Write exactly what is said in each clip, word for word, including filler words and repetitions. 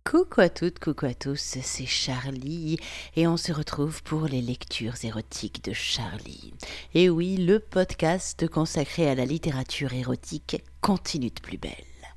Coucou à toutes, coucou à tous, c'est Charlie et on se retrouve pour les lectures érotiques de Charlie. Et oui, le podcast consacré à la littérature érotique continue de plus belle.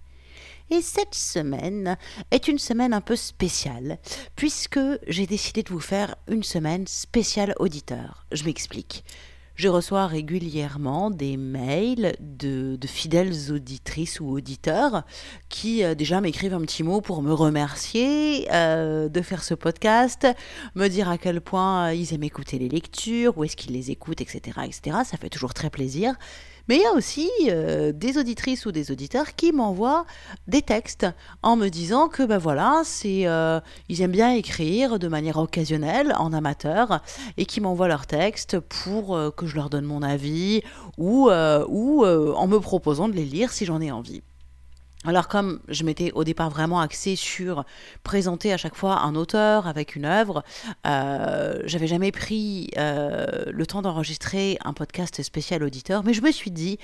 Et cette semaine est une semaine un peu spéciale puisque j'ai décidé de vous faire une semaine spéciale auditeur. Je m'explique. Je reçois régulièrement des mails de, de fidèles auditrices ou auditeurs qui euh, déjà m'écrivent un petit mot pour me remercier euh, de faire ce podcast, me dire à quel point euh, ils aiment écouter les lectures, où est-ce qu'ils les écoutent, et cetera, et cetera. Ça fait toujours très plaisir. Mais il y a aussi euh, des auditrices ou des auditeurs qui m'envoient des textes en me disant que ben voilà, c'est, euh, ils aiment bien écrire de manière occasionnelle, en amateur, et qui m'envoient leurs textes pour euh, que je leur donne mon avis ou, euh, ou euh, en me proposant de les lire si j'en ai envie. Alors comme je m'étais au départ vraiment axée sur présenter à chaque fois un auteur avec une œuvre, euh, j'avais jamais pris euh, le temps d'enregistrer un podcast spécial auditeur, mais je me suis dit,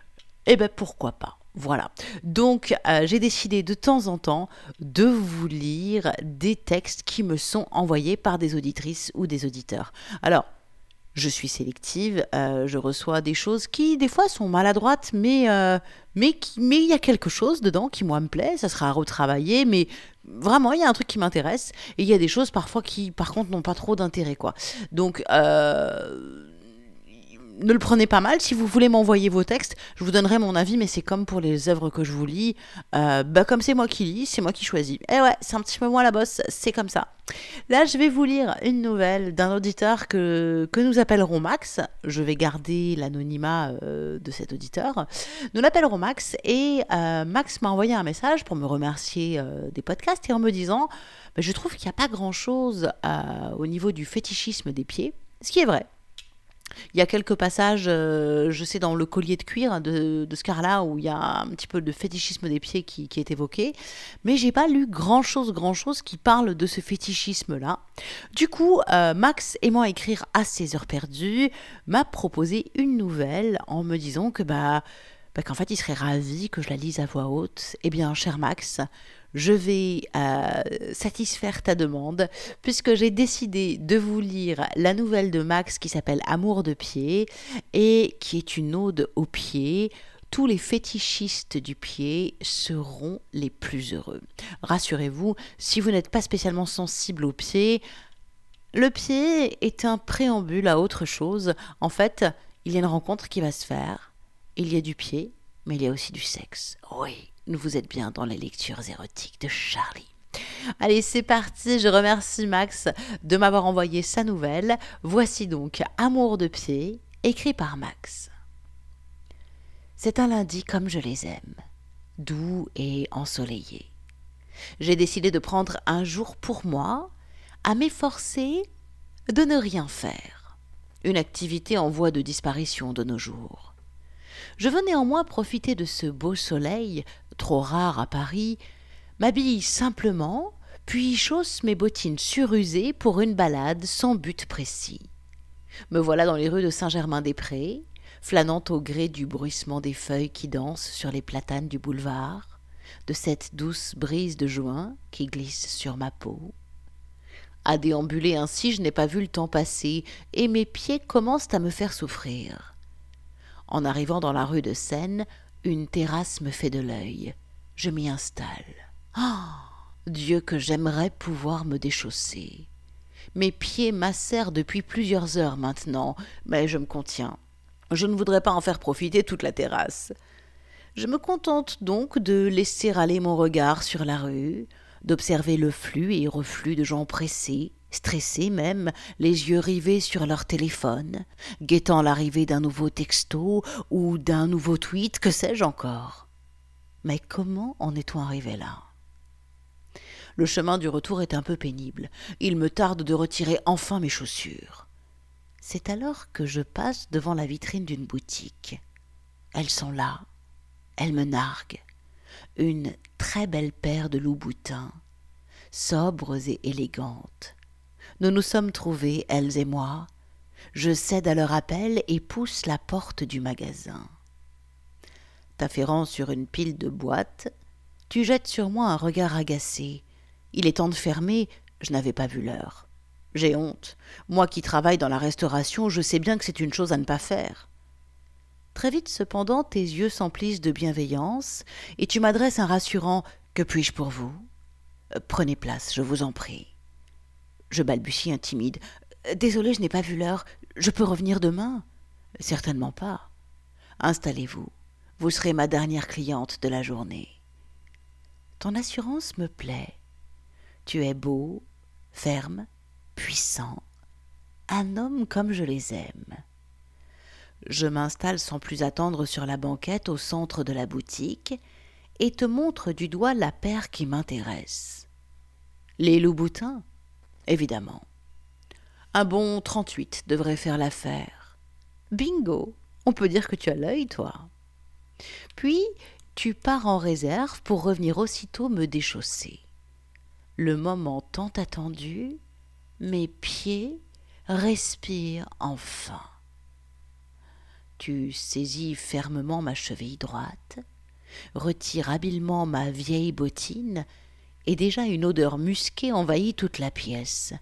eh ben pourquoi pas. Voilà, donc euh, j'ai décidé de temps en temps de vous lire des textes qui me sont envoyés par des auditrices ou des auditeurs. Alors, je suis sélective, euh, je reçois des choses qui des fois sont maladroites, mais euh, mais qui, mais il y a quelque chose dedans qui moi me plaît, ça sera à retravailler, mais vraiment il y a un truc qui m'intéresse, et il y a des choses parfois qui par contre n'ont pas trop d'intérêt quoi. Donc euh, ne le prenez pas mal, si vous voulez m'envoyer vos textes, je vous donnerai mon avis, mais c'est comme pour les œuvres que je vous lis, euh, bah comme c'est moi qui lis, c'est moi qui choisis. Et ouais, c'est un petit peu moi la bosse, c'est comme ça. Là, je vais vous lire une nouvelle d'un auditeur que, que nous appellerons Max. Je vais garder l'anonymat euh, de cet auditeur. Nous l'appellerons Max, et euh, Max m'a envoyé un message pour me remercier euh, des podcasts et en me disant bah, je trouve qu'il n'y a pas grand-chose euh, au niveau du fétichisme des pieds, ce qui est vrai. Il y a quelques passages, euh, je sais, dans le collier de cuir de, de Scarla, où il y a un petit peu de fétichisme des pieds qui, qui est évoqué, mais j'ai pas lu grand-chose, grand-chose qui parle de ce fétichisme-là. Du coup, euh, Max, aimant écrire à ses heures perdues, m'a proposé une nouvelle en me disant que bah, bah qu'en fait, il serait ravi que je la lise à voix haute. Eh bien, cher Max, je vais euh, satisfaire ta demande puisque j'ai décidé de vous lire la nouvelle de Max qui s'appelle Amour de pied et qui est une ode au pied. Tous les fétichistes du pied seront les plus heureux. Rassurez-vous, si vous n'êtes pas spécialement sensible au pied, le pied est un préambule à autre chose. En fait, il y a une rencontre qui va se faire. Il y a du pied, mais il y a aussi du sexe. Oui. Vous êtes bien dans les lectures érotiques de Charlie. Allez, c'est parti. Je remercie Max de m'avoir envoyé sa nouvelle. Voici donc Amour de pied, écrit par Max. C'est un lundi comme je les aime, doux et ensoleillé. J'ai décidé de prendre un jour pour moi, à m'efforcer de ne rien faire. Une activité en voie de disparition de nos jours. Je veux néanmoins profiter de ce beau soleil, trop rare à Paris, m'habille simplement, puis chausse mes bottines surusées pour une balade sans but précis. Me voilà dans les rues de Saint-Germain-des-Prés, flânant au gré du bruissement des feuilles qui dansent sur les platanes du boulevard, de cette douce brise de juin qui glisse sur ma peau. À déambuler ainsi, je n'ai pas vu le temps passer, et mes pieds commencent à me faire souffrir. En arrivant dans la rue de Seine, une terrasse me fait de l'œil. Je m'y installe. Oh, Dieu que j'aimerais pouvoir me déchausser. Mes pieds macèrent depuis plusieurs heures maintenant, mais je me contiens. Je ne voudrais pas en faire profiter toute la terrasse. Je me contente donc de laisser aller mon regard sur la rue, d'observer le flux et reflux de gens pressés, stressés même, les yeux rivés sur leur téléphone, guettant l'arrivée d'un nouveau texto ou d'un nouveau tweet, que sais-je encore. Mais comment en est-on arrivé là ? Le chemin du retour est un peu pénible. Il me tarde de retirer enfin mes chaussures. C'est alors que je passe devant la vitrine d'une boutique. Elles sont là. Elles me narguent. Une très belle paire de loups-boutins, sobres et élégantes. Nous nous sommes trouvés, elles et moi. Je cède à leur appel et pousse la porte du magasin. T'affairant sur une pile de boîtes, tu jettes sur moi un regard agacé. Il est temps de fermer, je n'avais pas vu l'heure. J'ai honte. Moi qui travaille dans la restauration, je sais bien que c'est une chose à ne pas faire. Très vite, cependant, tes yeux s'emplissent de bienveillance et tu m'adresses un rassurant « Que puis-je pour vous ?» Euh, Prenez place, je vous en prie. Je balbutie intimide. « Désolée, je n'ai pas vu l'heure. Je peux revenir demain ?»« Certainement pas. Installez-vous. Vous serez ma dernière cliente de la journée. » Ton assurance me plaît. Tu es beau, ferme, puissant, un homme comme je les aime. Je m'installe sans plus attendre sur la banquette au centre de la boutique et te montre du doigt la paire qui m'intéresse. Les loups-boutins, évidemment. Un bon trente-huit devrait faire l'affaire. Bingo, on peut dire que tu as l'œil, toi. Puis, tu pars en réserve pour revenir aussitôt me déchausser. Le moment tant attendu, mes pieds respirent enfin. Tu saisis fermement ma cheville droite, retires habilement ma vieille bottine, et déjà une odeur musquée envahit toute la pièce.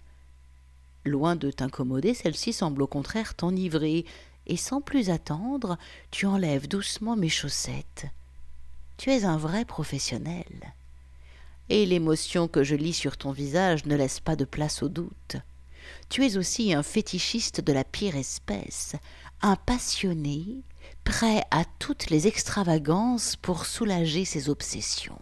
Loin de t'incommoder, celle-ci semble au contraire t'enivrer, et sans plus attendre, tu enlèves doucement mes chaussettes. Tu es un vrai professionnel. Et l'émotion que je lis sur ton visage ne laisse pas de place au doute. Tu es aussi un fétichiste de la pire espèce, un passionné, prêt à toutes les extravagances pour soulager ses obsessions.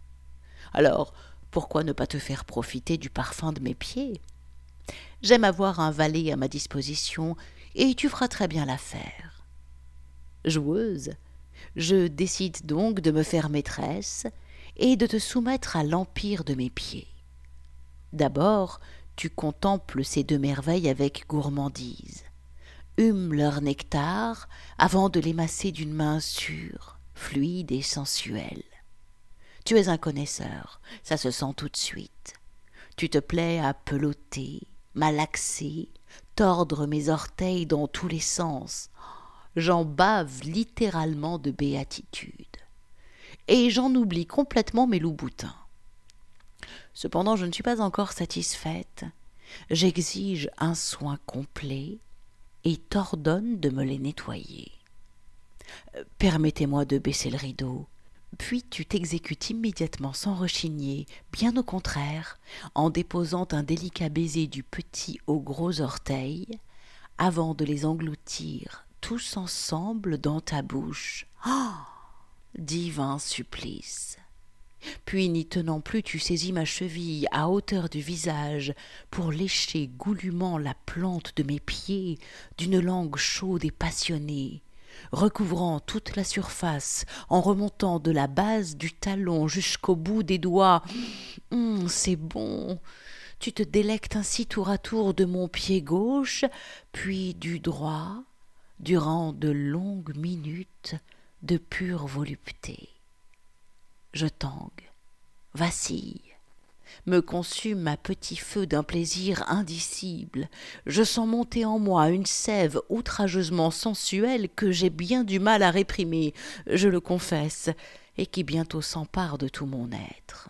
Alors, pourquoi ne pas te faire profiter du parfum de mes pieds ? J'aime avoir un valet à ma disposition, et tu feras très bien l'affaire. Joueuse, je décide donc de me faire maîtresse et de te soumettre à l'empire de mes pieds. D'abord, tu contemples ces deux merveilles avec gourmandise. Hume leur nectar avant de les masser d'une main sûre, fluide et sensuelle. Tu es un connaisseur, ça se sent tout de suite. Tu te plais à peloter, malaxer, tordre mes orteils dans tous les sens. J'en bave littéralement de béatitude. Et j'en oublie complètement mes loups-boutins. Cependant, je ne suis pas encore satisfaite. J'exige un soin complet et t'ordonne de me les nettoyer. Permettez-moi de baisser le rideau. Puis tu t'exécutes immédiatement sans rechigner, bien au contraire, en déposant un délicat baiser du petit au gros orteil, avant de les engloutir tous ensemble dans ta bouche. Oh, divin supplice! Puis, n'y tenant plus, tu saisis ma cheville à hauteur du visage pour lécher goulûment la plante de mes pieds d'une langue chaude et passionnée, recouvrant toute la surface en remontant de la base du talon jusqu'au bout des doigts. Hum, c'est bon. Tu te délectes ainsi tour à tour de mon pied gauche, puis du droit, durant de longues minutes de pure volupté. Je tangue, vacille, me consume à petit feu d'un plaisir indicible. Je sens monter en moi une sève outrageusement sensuelle que j'ai bien du mal à réprimer, je le confesse, et qui bientôt s'empare de tout mon être.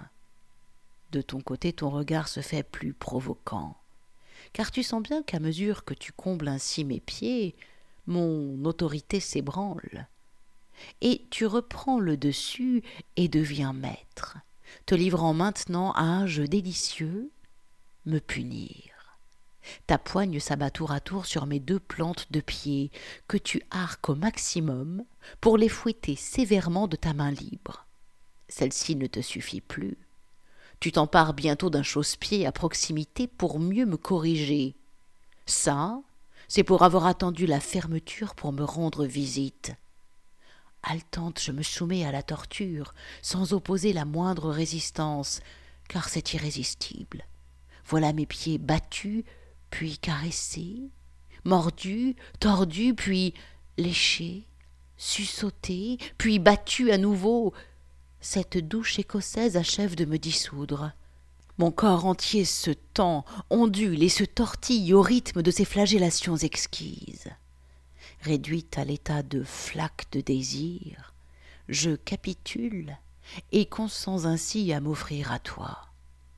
De ton côté, ton regard se fait plus provoquant, car tu sens bien qu'à mesure que tu combles ainsi mes pieds, mon autorité s'ébranle. Et tu reprends le dessus et deviens maître, te livrant maintenant à un jeu délicieux, me punir. Ta poigne s'abat tour à tour sur mes deux plantes de pied, que tu arques au maximum pour les fouetter sévèrement de ta main libre. Celle-ci ne te suffit plus. Tu t'empares bientôt d'un chausse-pied à proximité pour mieux me corriger. Ça, c'est pour avoir attendu la fermeture pour me rendre visite. Haletante, je me soumets à la torture, sans opposer la moindre résistance, car c'est irrésistible. Voilà mes pieds battus, puis caressés, mordus, tordus, puis léchés, suçotés, puis battus à nouveau. Cette douche écossaise achève de me dissoudre. Mon corps entier se tend, ondule et se tortille au rythme de ces flagellations exquises. Réduite à l'état de flaque de désir, je capitule et consens ainsi à m'offrir à toi.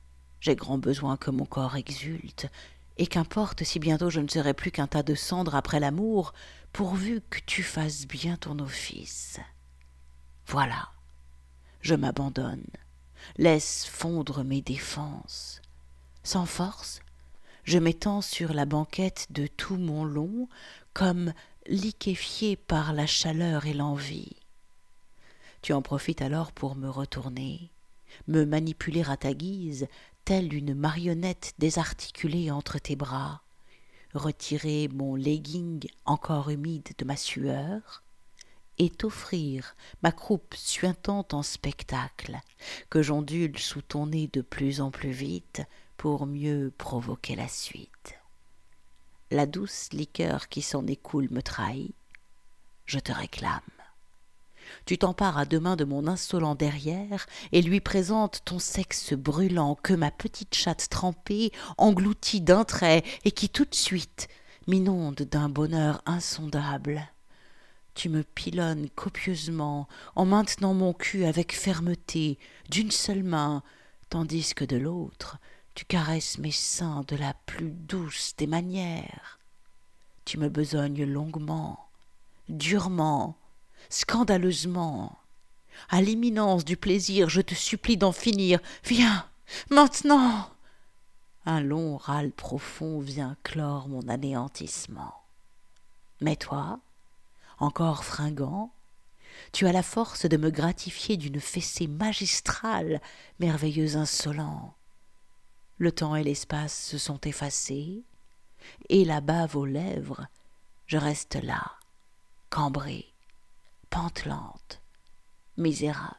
J'ai grand besoin que mon corps exulte, et qu'importe si bientôt je ne serai plus qu'un tas de cendres après l'amour, pourvu que tu fasses bien ton office. Voilà, je m'abandonne, laisse fondre mes défenses. Sans force, je m'étends sur la banquette de tout mon long, comme liquéfié par la chaleur et l'envie. Tu en profites alors pour me retourner, me manipuler à ta guise, telle une marionnette désarticulée entre tes bras, retirer mon legging encore humide de ma sueur, et t'offrir ma croupe suintante en spectacle, que j'ondule sous ton nez de plus en plus vite pour mieux provoquer la suite. La douce liqueur qui s'en écoule me trahit, je te réclame. Tu t'empares à deux mains de mon insolent derrière et lui présentes ton sexe brûlant que ma petite chatte trempée engloutit d'un trait et qui tout de suite m'inonde d'un bonheur insondable. Tu me pilonnes copieusement en maintenant mon cul avec fermeté d'une seule main, tandis que de l'autre tu caresses mes seins de la plus douce des manières. Tu me besognes longuement, durement, scandaleusement. À l'imminence du plaisir, je te supplie d'en finir. Viens, maintenant. Un long râle profond vient clore mon anéantissement. Mais toi, encore fringant, tu as la force de me gratifier d'une fessée magistrale, merveilleux insolent. Le temps et l'espace se sont effacés, et la bave aux lèvres, je reste là, cambrée, pantelante, misérable.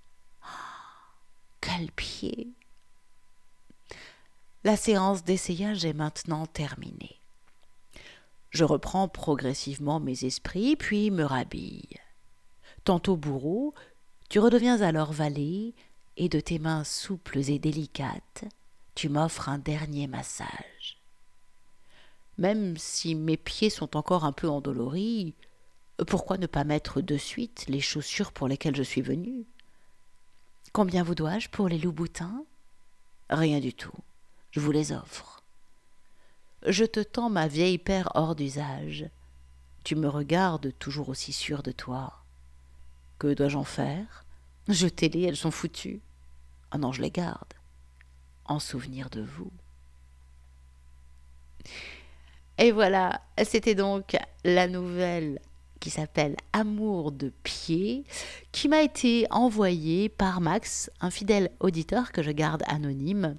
Quel pied! La séance d'essayage est maintenant terminée. Je reprends progressivement mes esprits, puis me rhabille. Tantôt bourreau, tu redeviens alors valet, et de tes mains souples et délicates, tu m'offres un dernier massage. Même si mes pieds sont encore un peu endoloris, pourquoi ne pas mettre de suite les chaussures pour lesquelles je suis venue? Combien vous dois-je pour les loups-boutins? Rien du tout, je vous les offre. Je te tends ma vieille paire hors d'usage. Tu me regardes toujours aussi sûr de toi. Que dois-je en faire? Jetez-les, elles sont foutues. Ah non, je les garde, en souvenir de vous. Et voilà, c'était donc la nouvelle qui s'appelle Amour de pied, qui m'a été envoyée par Max, un fidèle auditeur que je garde anonyme,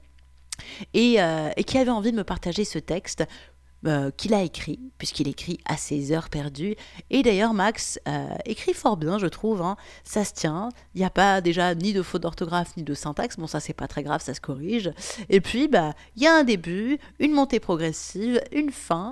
et, euh, et qui avait envie de me partager ce texte euh, qu'il a écrit, puisqu'il écrit à ses heures perdues. Et d'ailleurs, Max euh, écrit fort bien, je trouve, hein. Ça se tient. Il n'y a pas déjà ni de faute d'orthographe, ni de syntaxe. Bon, ça, c'est pas très grave, ça se corrige. Et puis, bah, il y a un début, une montée progressive, une fin,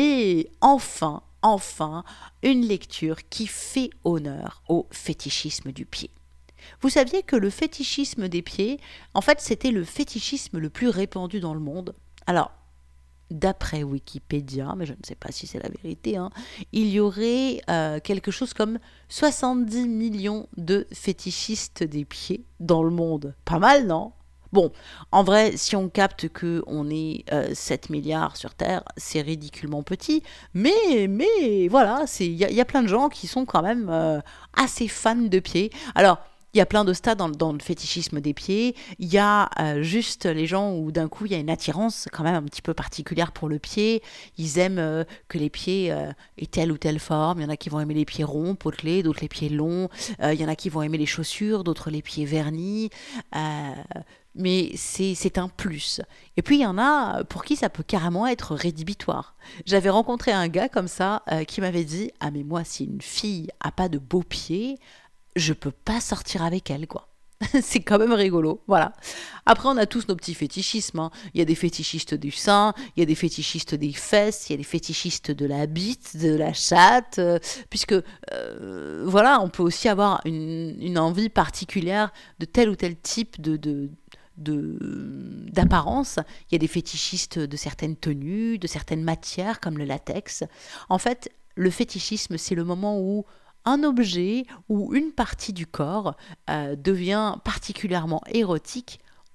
et enfin, enfin, une lecture qui fait honneur au fétichisme du pied. Vous saviez que le fétichisme des pieds, en fait, c'était le fétichisme le plus répandu dans le monde. Alors, d'après Wikipédia, mais je ne sais pas si c'est la vérité, hein, il y aurait euh, quelque chose comme soixante-dix millions de fétichistes des pieds dans le monde. Pas mal, non? Bon, en vrai, si on capte qu'on est euh, sept milliards sur Terre, c'est ridiculement petit, mais, mais voilà, il y, y a plein de gens qui sont quand même euh, assez fans de pieds. Alors, il y a plein de stades dans, dans le fétichisme des pieds. Il y a euh, juste les gens où d'un coup il y a une attirance quand même un petit peu particulière pour le pied. Ils aiment euh, que les pieds euh, aient telle ou telle forme. Il y en a qui vont aimer les pieds ronds, potelés, d'autres les pieds longs. Euh, il y en a qui vont aimer les chaussures, d'autres les pieds vernis. Euh, mais c'est, c'est un plus. Et puis il y en a pour qui ça peut carrément être rédhibitoire. J'avais rencontré un gars comme ça euh, qui m'avait dit « Ah mais moi si une fille a pas de beaux pieds, je peux pas sortir avec elle, quoi. » C'est quand même rigolo, voilà. Après, on a tous nos petits fétichismes, hein. Il y a des fétichistes du sein, il y a des fétichistes des fesses, il y a des fétichistes de la bite, de la chatte, euh, puisque, euh, voilà, on peut aussi avoir une, une envie particulière de tel ou tel type de... de De, d'apparence. Il y a des fétichistes de certaines tenues, de certaines matières comme le latex. En fait, le fétichisme, c'est le moment où un objet ou une partie du corps euh, devient particulièrement érotique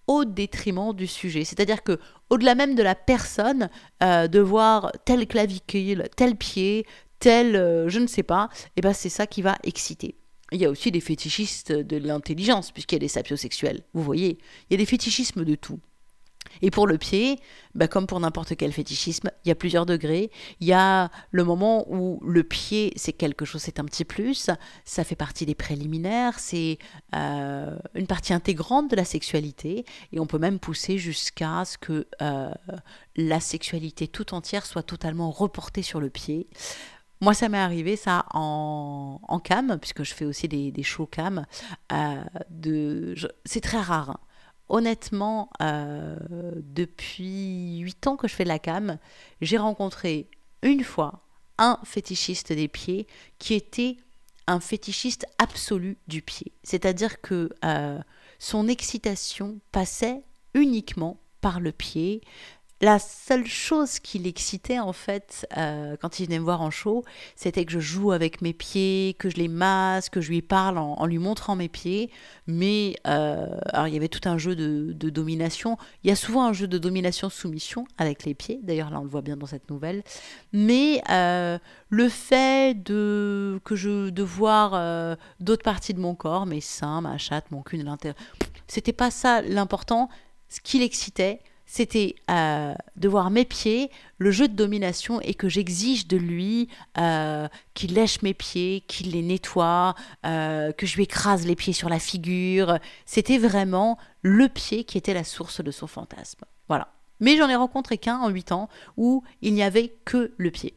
au détriment du sujet. C'est-à-dire que au-delà même de la personne, euh, de voir tel clavicule, tel pied, tel euh, je ne sais pas, et ben c'est ça qui va exciter. Il y a aussi des fétichistes de l'intelligence, puisqu'il y a des sapiosexuels. Vous voyez, il y a des fétichismes de tout. Et pour le pied, bah comme pour n'importe quel fétichisme, il y a plusieurs degrés. Il y a le moment où le pied, c'est quelque chose, c'est un petit plus, ça fait partie des préliminaires, c'est euh, une partie intégrante de la sexualité, et on peut même pousser jusqu'à ce que euh, la sexualité tout entière soit totalement reportée sur le pied. Moi, ça m'est arrivé, ça, en, en cam, puisque je fais aussi des, des shows cam. Euh, de, je- c'est très rare, hein. Honnêtement, euh, depuis huit ans que je fais de la cam, j'ai rencontré une fois un fétichiste des pieds qui était un fétichiste absolu du pied. C'est-à-dire que euh, son excitation passait uniquement par le pied. La seule chose qui l'excitait, en fait, euh, quand il venait me voir en show, c'était que je joue avec mes pieds, que je les masse, que je lui parle en, en lui montrant mes pieds. Mais, euh, alors il y avait tout un jeu de, de domination. Il y a souvent un jeu de domination-soumission avec les pieds. D'ailleurs, là, on le voit bien dans cette nouvelle. Mais euh, le fait de, que je, de voir euh, d'autres parties de mon corps, mes seins, ma chatte, mon cul de l'intérieur, c'était pas ça l'important. Ce qui l'excitait, c'était euh, de voir mes pieds, le jeu de domination, et que j'exige de lui euh, qu'il lèche mes pieds, qu'il les nettoie, euh, que je lui écrase les pieds sur la figure. C'était vraiment le pied qui était la source de son fantasme. Voilà. Mais j'en ai rencontré qu'un en huit ans où il n'y avait que le pied.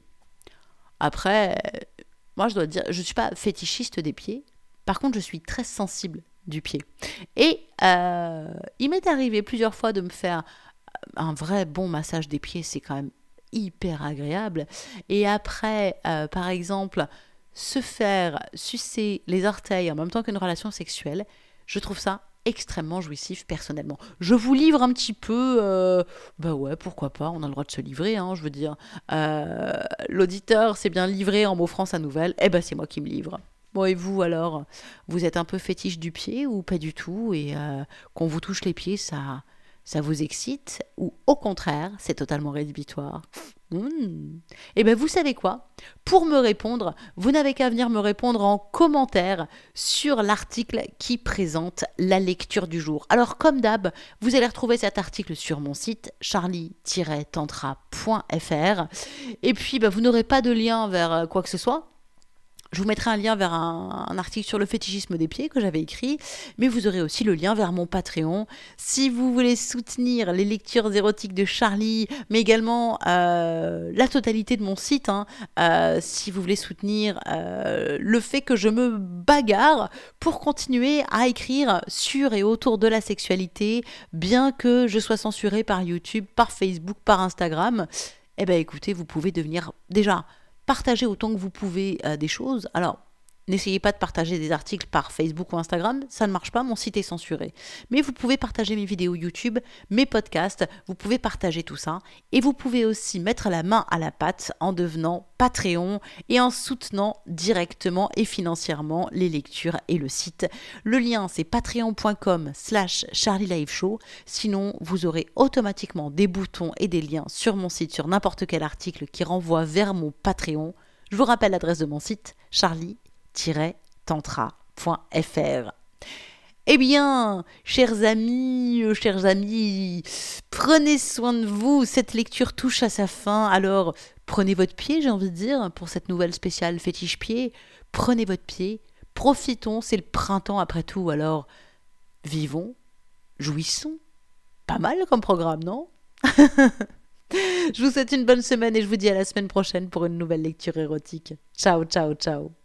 Après, euh, moi je dois dire, je ne suis pas fétichiste des pieds. Par contre, je suis très sensible du pied. Et euh, il m'est arrivé plusieurs fois de me faire un vrai bon massage des pieds, c'est quand même hyper agréable. Et après, euh, par exemple, se faire sucer les orteils en même temps qu'une relation sexuelle, je trouve ça extrêmement jouissif personnellement. Je vous livre un petit peu, euh, bah ouais, pourquoi pas, on a le droit de se livrer, hein, je veux dire. Euh, l'auditeur s'est bien livré en m'offrant sa nouvelle, eh ben c'est moi qui me livre. Bon, et vous alors, vous êtes un peu fétiche du pied ou pas du tout? Et euh, qu'on vous touche les pieds, ça, ça vous excite? Ou au contraire, c'est totalement rédhibitoire? Mmh. Eh bien, vous savez quoi? Pour me répondre, vous n'avez qu'à venir me répondre en commentaire sur l'article qui présente la lecture du jour. Alors, comme d'hab, vous allez retrouver cet article sur mon site charlie tiret tantra point f r. Et puis, bah, vous n'aurez pas de lien vers euh, quoi que ce soit. Je vous mettrai un lien vers un, un article sur le fétichisme des pieds que j'avais écrit, mais vous aurez aussi le lien vers mon Patreon. Si vous voulez soutenir les lectures érotiques de Charlie, mais également euh, la totalité de mon site, hein, euh, si vous voulez soutenir euh, le fait que je me bagarre pour continuer à écrire sur et autour de la sexualité, bien que je sois censurée par YouTube, par Facebook, par Instagram, eh bien écoutez, vous pouvez devenir déjà... Partagez autant que vous pouvez euh, des choses. Alors, n'essayez pas de partager des articles par Facebook ou Instagram, ça ne marche pas, mon site est censuré. Mais vous pouvez partager mes vidéos YouTube, mes podcasts, vous pouvez partager tout ça. Et vous pouvez aussi mettre la main à la pâte en devenant Patreon et en soutenant directement et financièrement les lectures et le site. Le lien, c'est patreon.com slash charlieliveshow. Sinon, vous aurez automatiquement des boutons et des liens sur mon site, sur n'importe quel article qui renvoie vers mon Patreon. Je vous rappelle l'adresse de mon site, charlie tiret tantra point f r. Eh bien, chers amis, euh, chers amis, prenez soin de vous. Cette lecture touche à sa fin. Alors, prenez votre pied, j'ai envie de dire, pour cette nouvelle spéciale fétiche pied. Prenez votre pied, profitons, c'est le printemps après tout. Alors, vivons, jouissons. Pas mal comme programme, non? Je vous souhaite une bonne semaine et je vous dis à la semaine prochaine pour une nouvelle lecture érotique. Ciao, ciao, ciao.